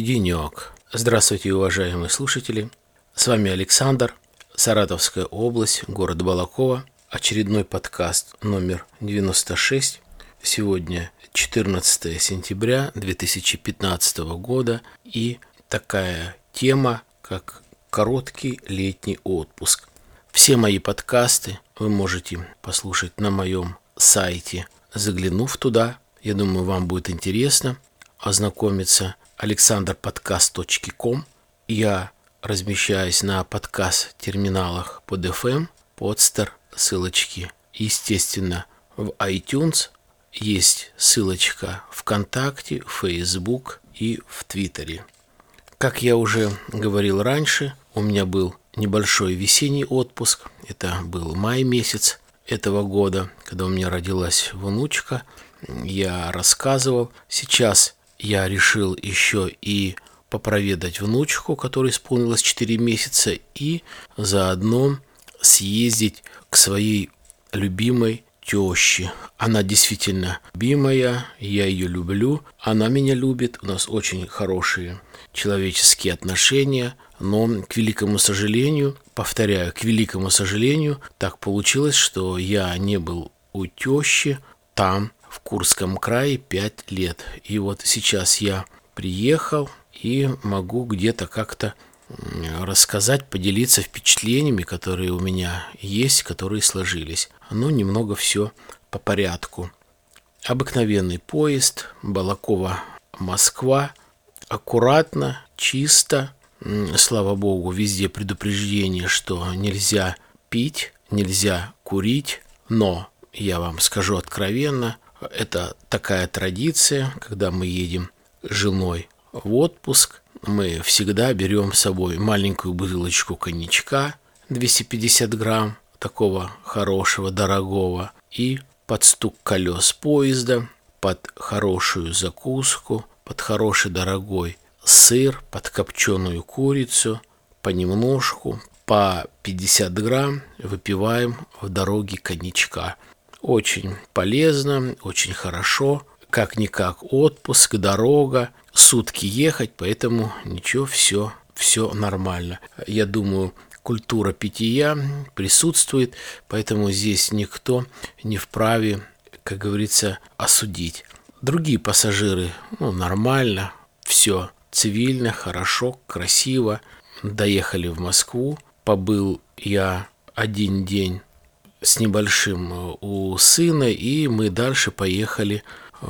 денек. Здравствуйте, уважаемые слушатели. С вами Александр, Саратовская область, город Балаково. Очередной подкаст номер 96. Сегодня 14 сентября 2015 года. И такая тема, как короткий летний отпуск. Все мои подкасты вы можете послушать на моем сайте, заглянув туда. Я думаю, вам будет интересно ознакомиться. alexanderpodcast.com. Я размещаюсь на подкаст-терминалах под FM, Podster, ссылочки. Естественно, в iTunes есть ссылочка ВКонтакте, в Facebook и в Твиттере. Как я уже говорил раньше, у меня был небольшой весенний отпуск. Это был май месяц этого года, когда у меня родилась внучка. Я рассказывал. Сейчас я решил еще и попроведать внучку, которой исполнилось 4 месяца, и заодно съездить к своей любимой теще. Она действительно любимая, я ее люблю, она меня любит, у нас очень хорошие человеческие отношения, но, к великому сожалению, повторяю, к великому сожалению, так получилось, что я не был у тещи там, в Курском крае, 5 лет. И вот сейчас я приехал и могу где-то как-то рассказать, поделиться впечатлениями, которые у меня есть, которые сложились. Но немного все по порядку. Обыкновенный поезд, Балаково-Москва. Аккуратно, чисто. Слава богу, везде предупреждение, что нельзя пить, нельзя курить. Но, я вам скажу откровенно, это такая традиция, когда мы едем с женой в отпуск, мы всегда берем с собой маленькую бутылочку коньячка, 250 грамм, такого хорошего, дорогого, и под стук колес поезда, под хорошую закуску, под хороший дорогой сыр, под копченую курицу, понемножку, по 50 грамм выпиваем в дороге коньячка. Очень полезно, очень хорошо, как-никак отпуск, дорога, сутки ехать, поэтому ничего, все нормально. Я думаю, культура питья присутствует, поэтому здесь никто не вправе, как говорится, осудить. Другие пассажиры, нормально, все цивильно, хорошо, красиво. Доехали в Москву, побыл я 1 день с небольшим у сына, и мы дальше поехали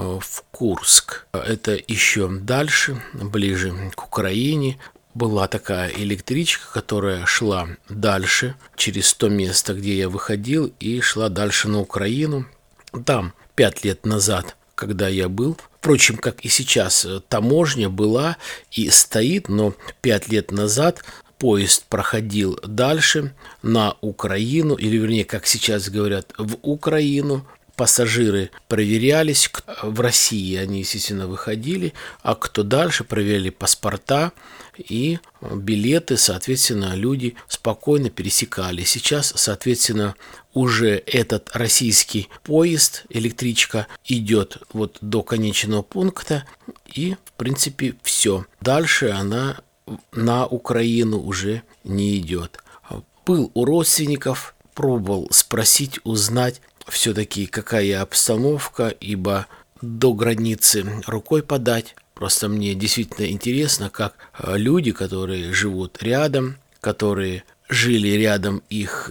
в Курск. Это еще дальше, ближе к Украине. Была такая электричка, которая шла дальше, через то место, где я выходил, и шла дальше на Украину. Там 5 лет назад, когда я был, впрочем, как и сейчас, таможня была и стоит, но 5 лет назад поезд проходил дальше, на Украину, или вернее, как сейчас говорят, в Украину. Пассажиры проверялись, в России они, естественно, выходили, а кто дальше, проверяли паспорта и билеты, соответственно, люди спокойно пересекали. Сейчас, соответственно, уже этот российский поезд, электричка, идет вот до конечного пункта, и, в принципе, все. Дальше она на Украину уже не идет. Был у родственников, пробовал спросить, узнать все-таки какая обстановка, ибо до границы рукой подать. Просто мне действительно интересно, как люди, которые живут рядом, которые жили рядом, их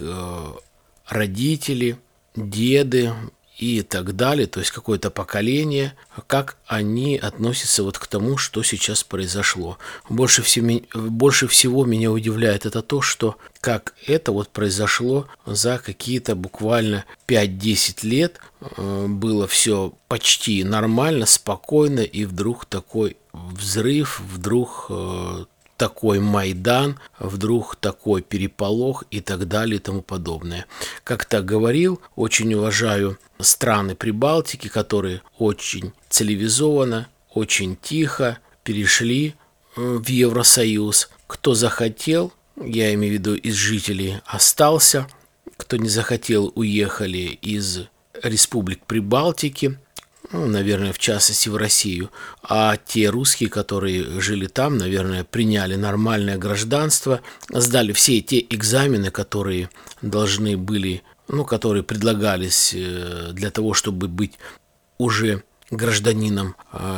родители, деды и так далее, то есть какое-то поколение, как они относятся вот к тому, что сейчас произошло. Больше всего меня удивляет это то, что как это вот произошло за какие-то буквально 5-10 лет, было все почти нормально, спокойно, и вдруг такой взрыв, вдруг такой Майдан, вдруг такой переполох и так далее и тому подобное. Как так говорил, очень уважаю страны Прибалтики, которые очень цивилизованно, очень тихо перешли в Евросоюз. Кто захотел, я имею в виду из жителей, остался. Кто не захотел, уехали из республик Прибалтики. ну, наверное, в частности в Россию, а те русские, которые жили там, наверное, приняли нормальное гражданство, сдали все те экзамены, которые должны были, ну, которые предлагались для того, чтобы быть уже гражданином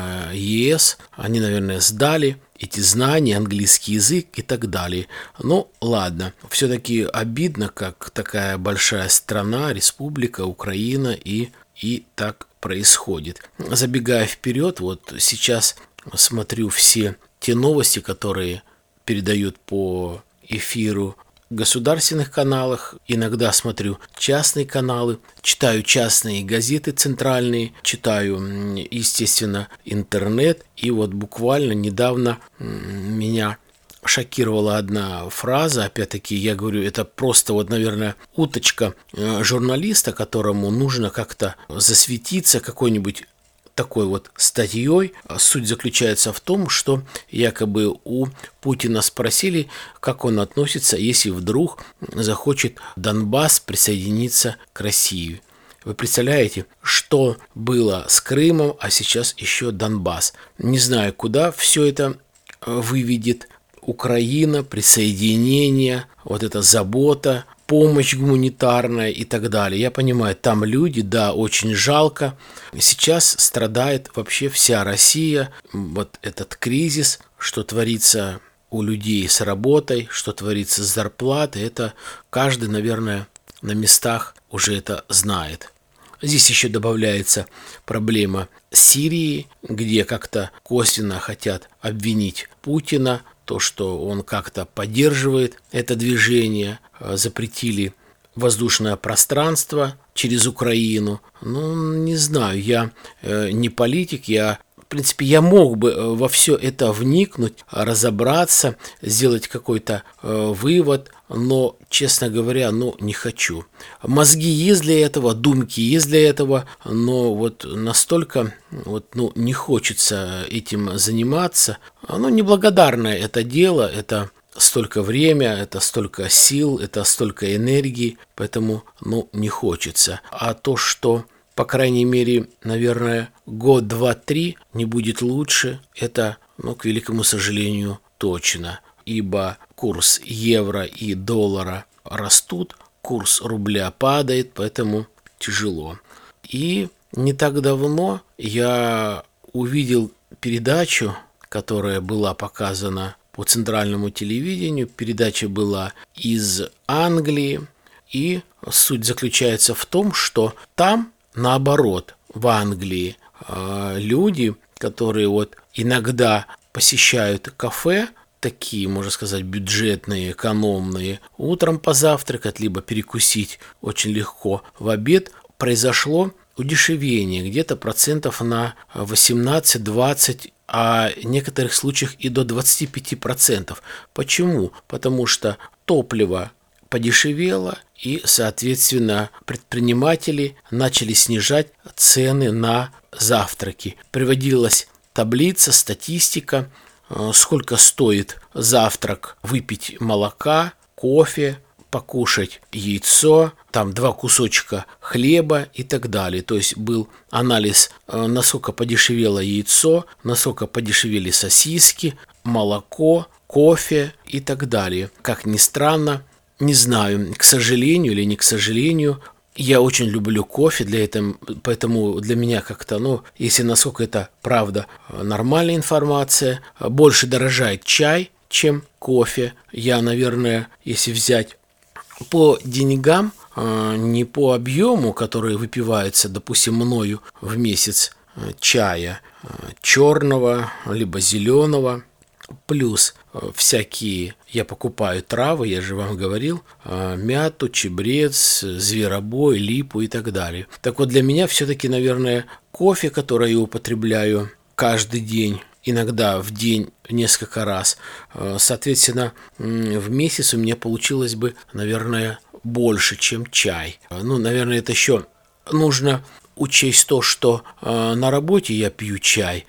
ЕС, они, наверное, сдали эти знания, английский язык и так далее. Ну, ладно, все-таки обидно, как такая большая страна, республика, Украина, и так происходит. Забегая вперед, вот сейчас смотрю все те новости, которые передают по эфиру государственных каналах, иногда смотрю частные каналы, читаю частные газеты центральные, читаю, естественно, интернет, и вот буквально недавно меня шокировала одна фраза, опять-таки, я говорю, это просто вот, наверное, уточка журналиста, которому нужно как-то засветиться какой-нибудь такой вот статьей. Суть заключается в том, что якобы у Путина спросили, как он относится, если вдруг захочет Донбасс присоединиться к России. Вы представляете, что было с Крымом, а сейчас еще Донбасс. Не знаю, куда все это выведет. Украина, присоединение, вот эта забота, помощь гуманитарная и так далее. Я понимаю, там люди, да, очень жалко. Сейчас страдает вообще вся Россия. Вот этот кризис, что творится у людей с работой, что творится с зарплатой, это каждый, наверное, на местах уже это знает. Здесь еще добавляется проблема Сирии, где как-то косвенно хотят обвинить Путина, то, что он как-то поддерживает это движение, запретили воздушное пространство через Украину. Ну, не знаю, я не политик, в принципе, я мог бы во все это вникнуть, разобраться, сделать какой-то вывод, но, честно говоря, не хочу. Мозги есть для этого, думки есть для этого, но вот настолько не хочется этим заниматься. Оно неблагодарное это дело, это столько времени, это столько сил, это столько энергии, поэтому, не хочется. А то, что, по крайней мере, наверное, год, два, три не будет лучше, это, к великому сожалению, точно. Ибо курс евро и доллара растут, курс рубля падает, поэтому тяжело. И не так давно я увидел передачу, которая была показана по центральному телевидению. Передача была из Англии, и суть заключается в том, что там, наоборот, в Англии люди, которые вот иногда посещают кафе, такие, можно сказать, бюджетные, экономные, утром позавтракать, либо перекусить очень легко в обед, произошло удешевение где-то процентов на 18-20%, а в некоторых случаях и до 25%. Почему? Потому что топливо подешевело, и, соответственно, предприниматели начали снижать цены на завтраки. Приводилась таблица, статистика, сколько стоит завтрак, выпить молока, кофе, покушать яйцо, там 2 кусочка хлеба и так далее. То есть был анализ, насколько подешевело яйцо, насколько подешевели сосиски, молоко, кофе и так далее. Как ни странно, не знаю, к сожалению или не к сожалению, я очень люблю кофе, поэтому для меня как-то, если насколько это правда нормальная информация, больше дорожает чай, чем кофе. Я, наверное, если взять по деньгам, не по объему, который выпивается, допустим, мною в месяц чая черного, либо зеленого, плюс всякие, я покупаю травы, я же вам говорил, мяту, чебрец, зверобой, липу и так далее. Так вот, для меня все-таки, наверное, кофе, который я употребляю каждый день, иногда в день несколько раз, соответственно, в месяц у меня получилось бы, наверное, больше, чем чай. Наверное, это еще нужно учесть то, что на работе я пью чай,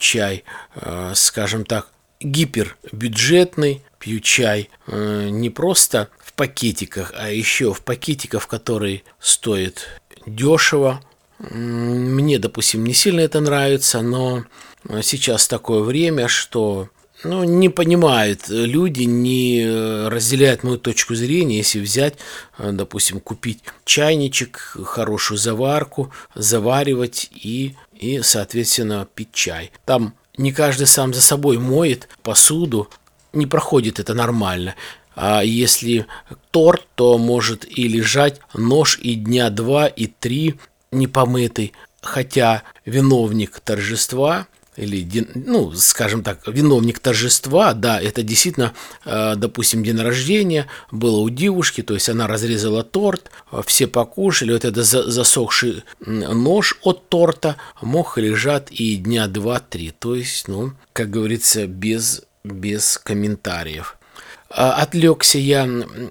скажем так, гипербюджетный, пью чай не просто в пакетиках, а еще в пакетиках, которые стоят дешево. Мне, допустим, не сильно это нравится, но сейчас такое время, что не понимают люди, не разделяют мою точку зрения, если взять, допустим, купить чайничек, хорошую заварку, заваривать и соответственно, пить чай. Там не каждый сам за собой моет посуду, не проходит это нормально. А если торт, то может и лежать нож и дня 2, и 3 непомытый, хотя виновник торжества или, скажем так, виновник торжества, да, это действительно, допустим, день рождения было у девушки, то есть она разрезала торт, все покушали, вот этот засохший нож от торта мог лежать и дня 2-3, то есть, как говорится, без комментариев. Отвлекся я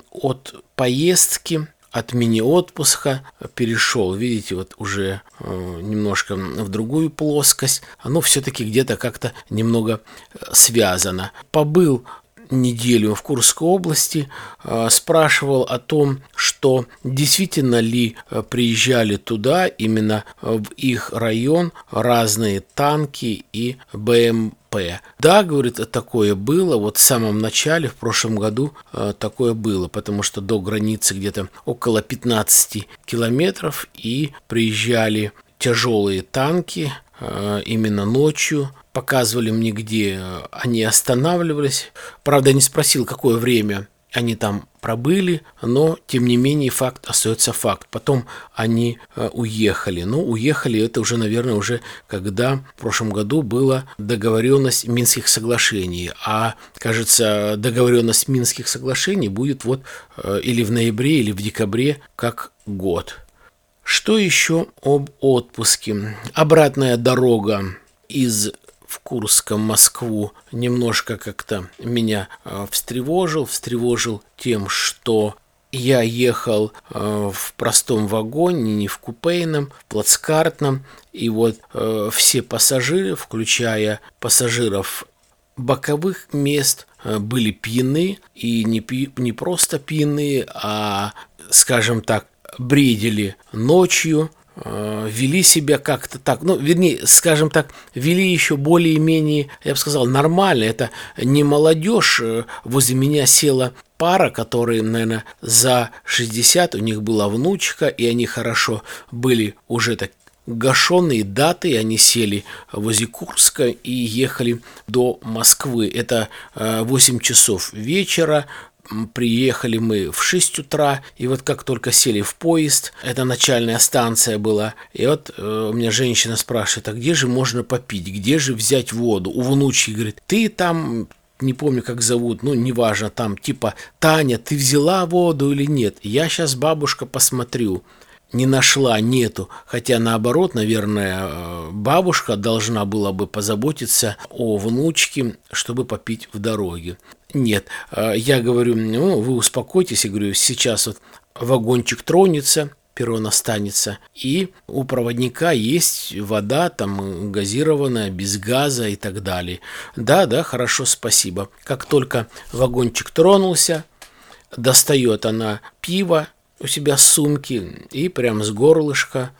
от поездки, от мини-отпуска, перешел, видите, вот уже немножко в другую плоскость, оно все-таки где-то как-то немного связано. Побыл неделю в Курской области, спрашивал о том, что действительно ли приезжали туда, именно в их район, разные танки и БМП. Да, говорит, такое было, вот в самом начале, в прошлом году такое было, потому что до границы где-то около 15 километров, и приезжали тяжелые танки именно ночью, показывали мне, где они останавливались. Правда, я не спросил, какое время они там пробыли, но, тем не менее, факт остается факт. Потом они уехали. Уехали это уже, наверное, уже когда в прошлом году была договоренность Минских соглашений. А, кажется, договоренность Минских соглашений будет вот или в ноябре, или в декабре, как год. Что еще об отпуске? Обратная дорога из в Курском Москву немножко как-то меня встревожил тем, что я ехал в простом вагоне, не в купейном, в плацкартном, и вот все пассажиры, включая пассажиров боковых мест, были пьяны, и не просто пьяны, а, скажем так, бредили ночью, вели себя как-то так, вернее, скажем так, вели еще более-менее, я бы сказал, нормально. Это не молодежь. Возле меня села пара, которые, наверное, за 60, у них была внучка, и они хорошо были уже так гашеные даты, они сели возле Курска и ехали до Москвы. Это 8 часов вечера. Приехали мы в 6 утра, и вот как только сели в поезд, это начальная станция была, и вот у меня женщина спрашивает, а где же можно попить, где же взять воду? У внучки, говорит, ты там, не помню, как зовут, неважно, там типа Таня, ты взяла воду или нет? Я сейчас, бабушка, посмотрю. Не нашла, нету. Хотя наоборот, наверное, бабушка должна была бы позаботиться о внучке, чтобы попить в дороге. Нет, я говорю, вы успокойтесь, я говорю, сейчас вот вагончик тронется, перрон останется, и у проводника есть вода, там газированная, без газа и так далее. Да, хорошо, спасибо. Как только вагончик тронулся, достает она пиво у себя с сумки и прям с горлышка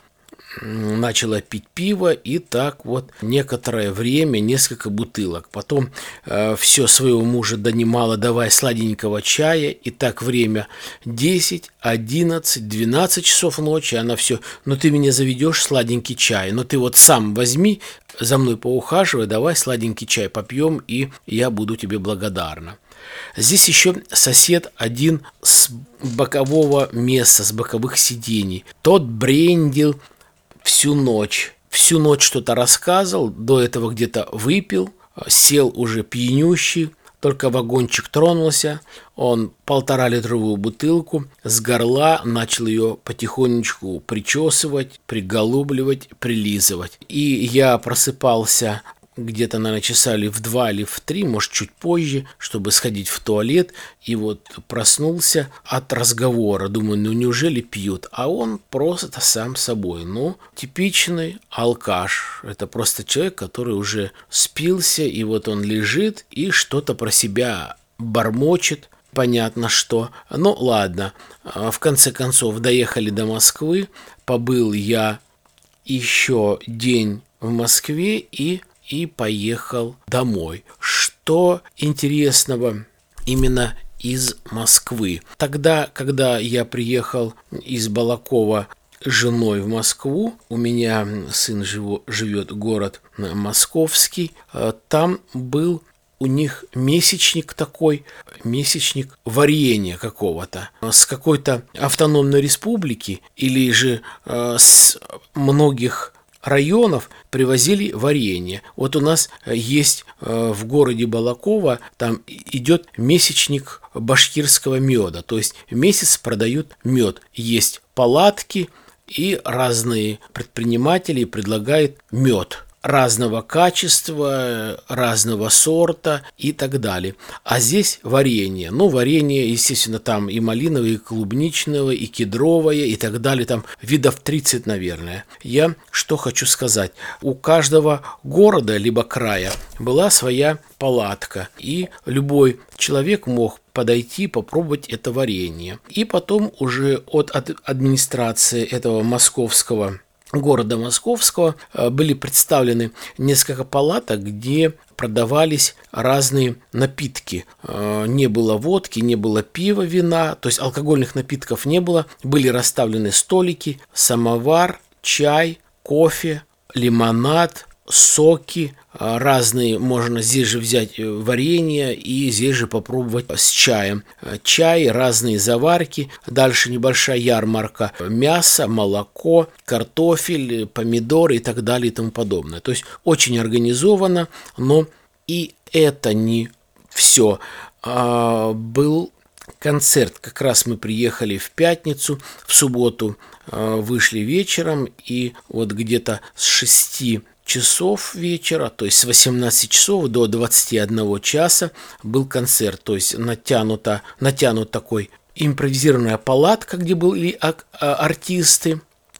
начала пить пиво, и так вот некоторое время, несколько бутылок. Потом все своего мужа донимала, давай сладенького чая, и так время 10, 11, 12 часов ночи, она все, ты меня заведешь, сладенький чай, ты вот сам возьми, за мной поухаживай, давай сладенький чай попьем, и я буду тебе благодарна. Здесь еще сосед один с бокового места, с боковых сидений. Тот брендил всю ночь что-то рассказывал, до этого где-то выпил, сел уже пьянющий, только вагончик тронулся, он 1,5-литровую бутылку с горла начал ее потихонечку причесывать, приголубливать, прилизывать. И я просыпался где-то, наверное, часа ли в 2 или в 3, может, чуть позже, чтобы сходить в туалет, и вот проснулся от разговора. Думаю, неужели пьют? А он просто сам собой. Типичный алкаш. Это просто человек, который уже спился, и вот он лежит и что-то про себя бормочет. Понятно, что. Ладно. В конце концов, доехали до Москвы. Побыл я еще день в Москве и поехал домой. Что интересного именно из Москвы? Тогда, когда я приехал из Балакова с женой в Москву, у меня сын живет город Московский, там был у них месячник такой, месячник варенья какого-то, с какой-то автономной республики или же с многих районов привозили варенье. Вот у нас есть в городе Балаково, там идет месячник башкирского меда, то есть в месяц продают мед. Есть палатки, и разные предприниматели предлагают мед разного качества, разного сорта и так далее. А здесь варенье. Ну, варенье, естественно, там и малиновое, и клубничное, и кедровое, и так далее. Там видов 30, наверное. Я что хочу сказать. У каждого города либо края была своя палатка. И любой человек мог подойти, попробовать это варенье. И потом уже от администрации этого города Московского были представлены несколько палаток, где продавались разные напитки. Не было водки, не было пива, вина, то есть алкогольных напитков не было. Были расставлены столики, самовар, чай, кофе, лимонад, соки разные. Можно здесь же взять варенье и здесь же попробовать с чаем. Чай, разные заварки. Дальше небольшая ярмарка. Мясо, молоко, картофель, помидоры и так далее и тому подобное. То есть очень организовано, но и это не все. Был концерт. Как раз мы приехали в пятницу, в субботу вышли вечером, и вот где-то с 6 часов вечера, то есть с 18 часов до 21 часа был концерт, то есть натянут такой импровизированная палатка, где были артисты,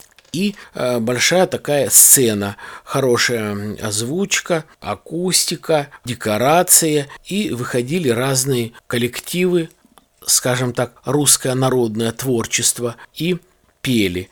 и большая такая сцена, хорошая озвучка, акустика, декорация, и выходили разные коллективы, скажем так, русское народное творчество, и пели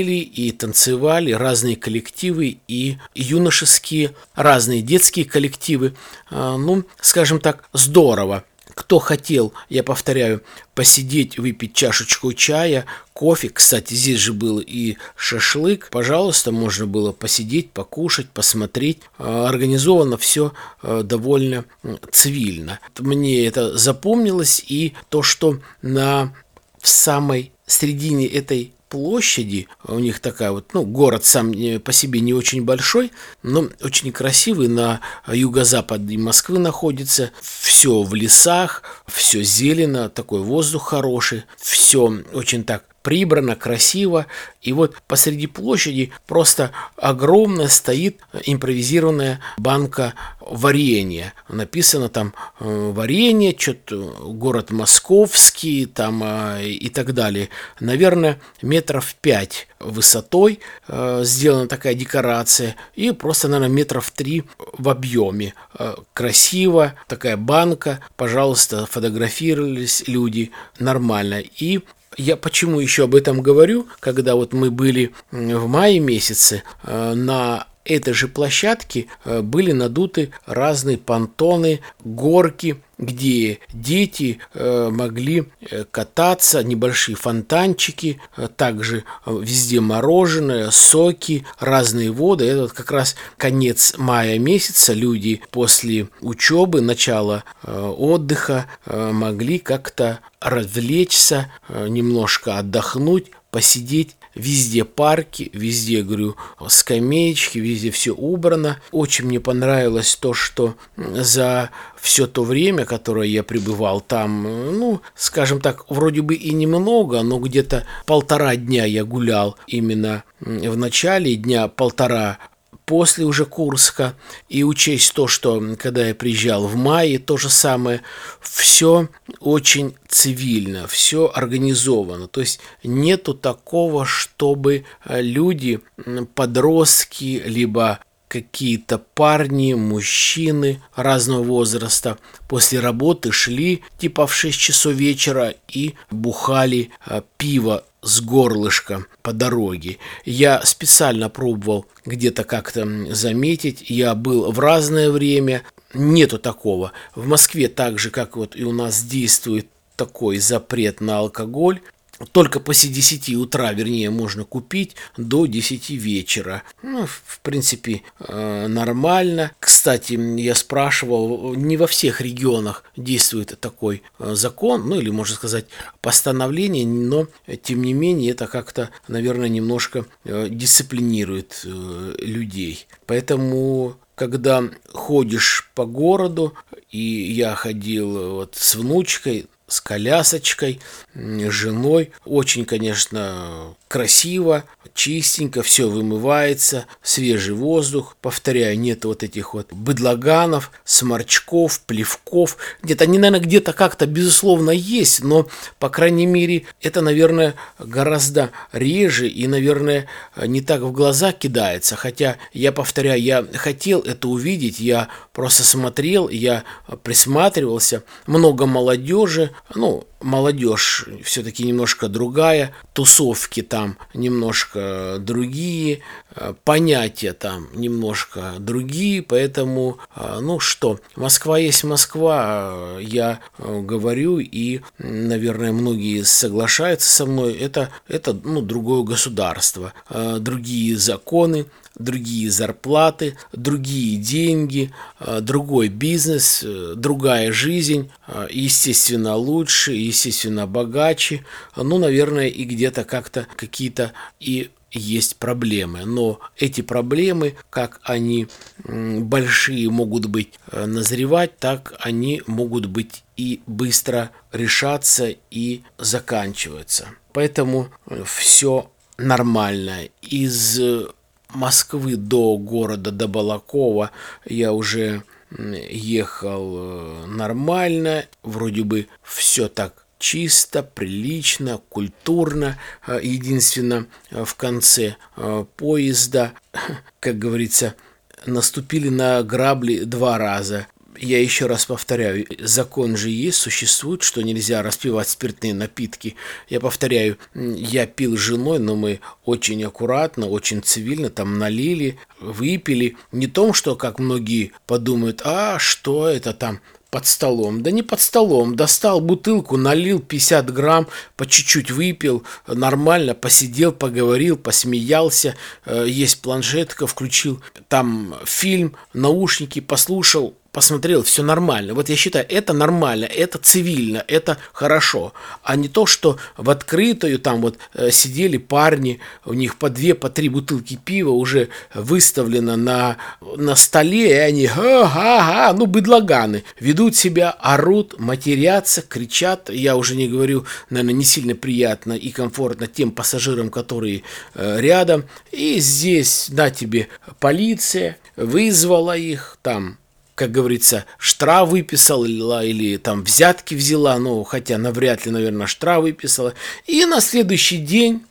и танцевали разные коллективы и юношеские, разные детские коллективы. Ну, скажем так, здорово. Кто хотел, я повторяю, посидеть, выпить чашечку чая, кофе, кстати, здесь же был и шашлык, пожалуйста, можно было посидеть, покушать, посмотреть. Организовано все довольно цивильно. Мне это запомнилось, и то, что в самой середине этой площади, у них такая вот, город сам по себе не очень большой, но очень красивый, на юго-западе Москвы находится, все в лесах, все зелено, такой воздух хороший, все очень так прибрано, красиво, и вот посреди площади просто огромная стоит импровизированная банка варенья. Написано там варенье, что-то город Московский, там и так далее. Наверное, 5 метров высотой сделана такая декорация, и просто, наверное, 3 метра в объеме. Красиво, такая банка, пожалуйста, фотографировались люди нормально. И я почему еще об этом говорю, когда вот мы были в мае месяце, на этой же площадке были надуты разные понтоны, горки, где дети могли кататься, небольшие фонтанчики, также везде мороженое, соки, разные воды. Это вот как раз конец мая месяца, люди после учебы, начала отдыха могли как-то развлечься, немножко отдохнуть, посидеть. Везде парки, везде, говорю, скамеечки, везде все убрано. Очень мне понравилось то, что за все то время, которое я пребывал там, скажем так, вроде бы и немного, но где-то 1,5 дня я гулял именно в начале дня, 1,5 после уже Курска, и учесть то, что когда я приезжал в мае, то же самое, все очень цивильно, все организовано, то есть нету такого, чтобы люди, подростки, либо какие-то парни, мужчины разного возраста после работы шли типа в 6 часов вечера и бухали пиво с горлышка по дороге. Я специально пробовал где-то как-то заметить. Я был в разное время. Нету такого. В Москве так же, как вот и у нас действует такой запрет на алкоголь. Только после 10 утра, вернее, можно купить до 10 вечера. Ну, в принципе, нормально. Кстати, я спрашивал, не во всех регионах действует такой закон, ну или, можно сказать, постановление, но, тем не менее, это как-то, наверное, немножко дисциплинирует людей. Поэтому, когда ходишь по городу, и я ходил вот с внучкой, с колясочкой, женой. Очень, конечно, красиво, чистенько, все вымывается, свежий воздух. Повторяю, нет вот этих вот быдлаганов, сморчков, плевков. Где-то они, наверное, где-то как-то, безусловно, есть, но, по крайней мере, это, наверное, гораздо реже и, наверное, не так в глаза кидается. Хотя, я повторяю, я хотел это увидеть, я просто смотрел, я присматривался. Много молодежи, ну, молодежь все-таки немножко другая, тусовки там немножко другие, понятия там немножко другие, поэтому, ну что, Москва есть Москва, я говорю, и, наверное, многие соглашаются со мной, это ну, другое государство, другие законы, другие зарплаты, другие деньги, другой бизнес, другая жизнь, естественно, лучше, естественно, богаче, ну, наверное, и где-то как-то какие-то и есть проблемы, но эти проблемы, как они большие могут быть назревать, так они могут быть и быстро решаться и заканчиваться. Поэтому все нормально. Из Москвы до города, до Балакова я уже ехал нормально, вроде бы все так чисто, прилично, культурно. Единственно, в конце поезда, как говорится, наступили на грабли 2 раза. Я еще раз повторяю, закон же есть, существует, что нельзя распивать спиртные напитки. Я повторяю, я пил с женой, но мы очень аккуратно, очень цивильно там налили, выпили. Не то, что, как многие подумают, что это там под столом. Да не под столом. Достал бутылку, налил 50 грамм, по чуть-чуть выпил, нормально, посидел, поговорил, посмеялся. Есть планшетка, включил там фильм, наушники, послушал, посмотрел, все нормально. Вот я считаю, это нормально, это цивильно, это хорошо. А не то, что в открытую там вот сидели парни, у них по 2, по 3 бутылки пива уже выставлено на столе, и они ну, быдлаганы, ведут себя, орут, матерятся, кричат. Я уже не говорю, наверное, не сильно приятно и комфортно тем пассажирам, которые рядом. И здесь, на тебе, полиция вызвала их, там, как говорится, штраф выписала или там взятки взяла, ну, хотя навряд ли, наверное, штраф выписала. И на следующий день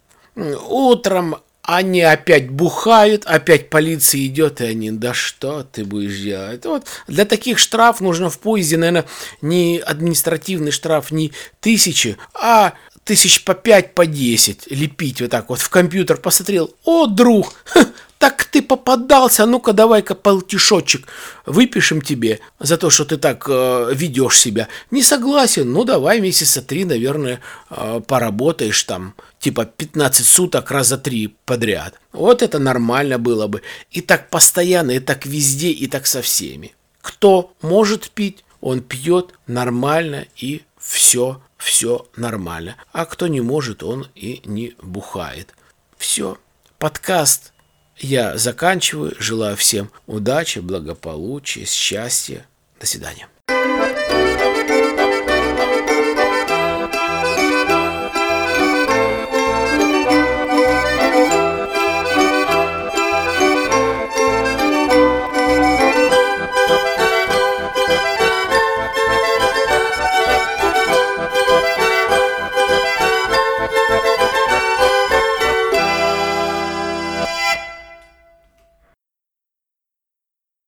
утром они опять бухают, опять полиция идет, и они, да что ты будешь делать? Вот для таких штрафов нужно в поезде, наверное, не административный штраф, не 1000, а 1000 по 5, по 10 лепить вот так вот в компьютер посмотрел. О, друг, так ты попадался, ну-ка давай-ка полтишочек выпишем тебе за то, что ты так ведешь себя. Не согласен? Ну давай месяца 3, наверное, поработаешь там, типа 15 суток раза 3 подряд. Вот это нормально было бы. И так постоянно, и так везде, и так со всеми. Кто может пить, он пьет нормально, и все нормально. А кто не может, он и не бухает. Все. Подкаст я заканчиваю. Желаю всем удачи, благополучия, счастья. До свидания.